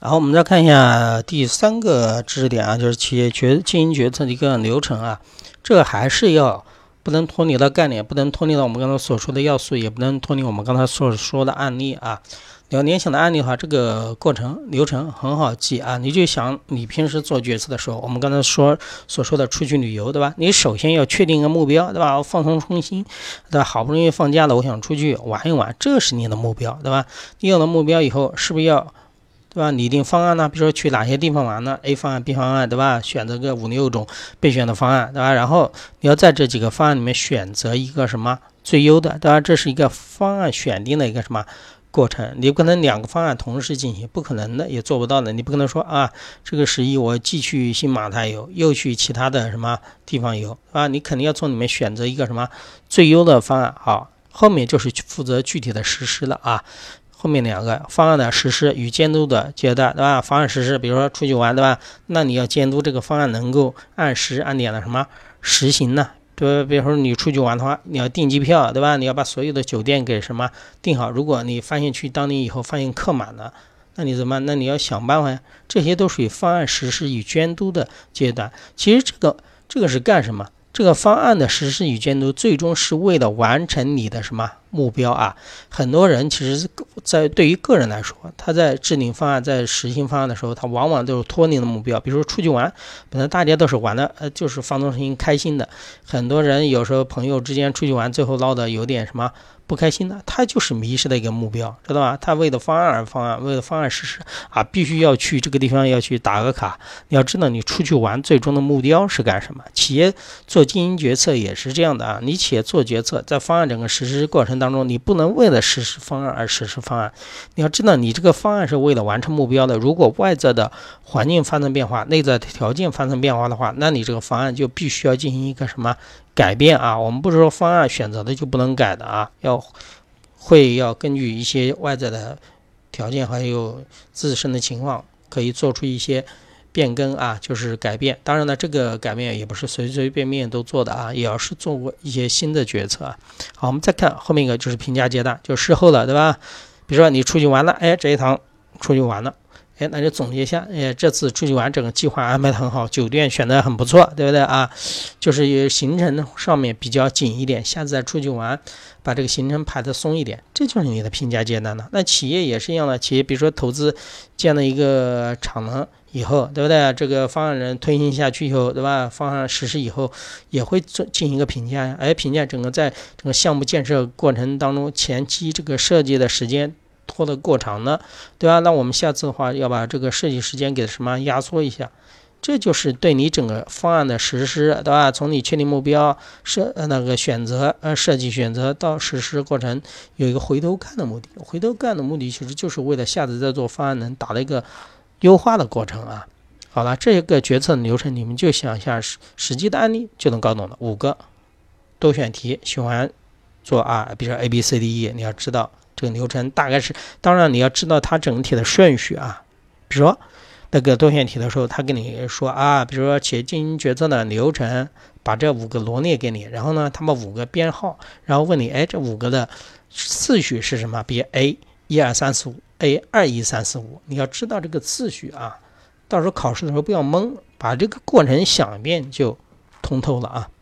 然后我们再看一下第三个知识点啊，就是企业经营决策的一个流程啊，这个还是要不能脱离的概念，不能脱离了我们刚才所说的要素，也不能脱离我们刚才所说的案例啊。你要联想的案例的话，这个过程流程很好记啊，你就想你平时做决策的时候，我们刚才所说的出去旅游，对吧？你首先要确定一个目标，对吧？我放松心，对吧？好不容易放假了，我想出去玩一玩，这是你的目标，对吧？你有了目标以后，是不是要对吧？拟定方案呢？比如说去哪些地方玩呢 ？A 方案、B 方案，对吧？选择个5、6种备选的方案，对吧？然后你要在这几个方案里面选择一个什么最优的，对吧？这是一个方案选定的一个什么过程？你不可能2个方案同时进行，不可能的，也做不到的。你不可能说啊，这个11我既去新马泰游，又去其他的什么地方游，啊，你肯定要从里面选择一个什么最优的方案。好，后面就是负责具体的实施了啊。后面2个方案的实施与监督的阶段，对吧？方案实施，比如说出去玩，对吧？那你要监督这个方案能够按时按点的什么实行呢？对吧？比如说你出去玩的话，你要订机票，对吧？你要把所有的酒店给什么订好。如果你发现去当地以后发现客满了，那你怎么办？那你要想办法呀。这些都属于方案实施与监督的阶段。其实这个是干什么？这个方案的实施与监督最终是为了完成你的什么目标啊？很多人其实对于个人来说，他在制定方案在实行方案的时候，他往往都是脱离了目标。比如说出去玩，本来大家都是玩的就是放松心开心的，很多人有时候朋友之间出去玩，最后闹得有点什么不开心的，他就是迷失了一个目标，知道吧？他为了方案而方案，为了方案实施啊，必须要去这个地方要去打个卡。你要知道你出去玩最终的目标是干什么？企业做经营决策也是这样的啊，你企业做决策，在方案整个实施过程当中，你不能为了实施方案而实施方案，你要知道你这个方案是为了完成目标的。如果外在的环境发生变化，内在条件发生变化的话，那你这个方案就必须要进行一个什么改变啊？我们不是说方案选择的就不能改的啊，要根据一些外在的条件还有自身的情况，可以做出一些变更啊，就是改变。当然呢，这个改变也不是随随便便都做的啊，也要是做过一些新的决策啊。好，我们再看后面一个，就是评价阶段，就事后了，对吧？比如说你出去玩了，这一趟出去玩了，那就总结一下，这次出去玩整个计划安排得很好，酒店选得很不错，对不对啊？就是行程上面比较紧一点，下次再出去玩，把这个行程排得松一点，这就是你的评价阶段了。那企业也是一样的，企业比如说投资建了一个厂能以后，对不对？这个方案人推行下去以后，对吧？方案实施以后，也会进行一个评价，评价整个在整个项目建设过程当中，前期这个设计的时间拖得过长呢，对吧？那我们下次的话要把这个设计时间给什么压缩一下，这就是对你整个方案的实施，对吧？从你确定目标、选择、设计选择到实施过程，有一个回头看的目的。回头看的目的其实就是为了下次再做方案能打了一个优化的过程啊。好了，这个决策流程你们就想一下实际的案例就能搞懂了。5个多选题，喜欢做啊，比如说 ABCDE， 你要知道这个流程大概是，当然你要知道它整体的顺序啊。比如说那个多选题的时候，他跟你说啊，比如说企业经营决策的流程，把这5个罗列给你，然后呢，他把5个编号，然后问你，这5个的次序是什么？比如 A 1 2 3 4 5 A 2 1 3 4 5，你要知道这个次序啊，到时候考试的时候不要懵，把这个过程想一遍就通透了啊。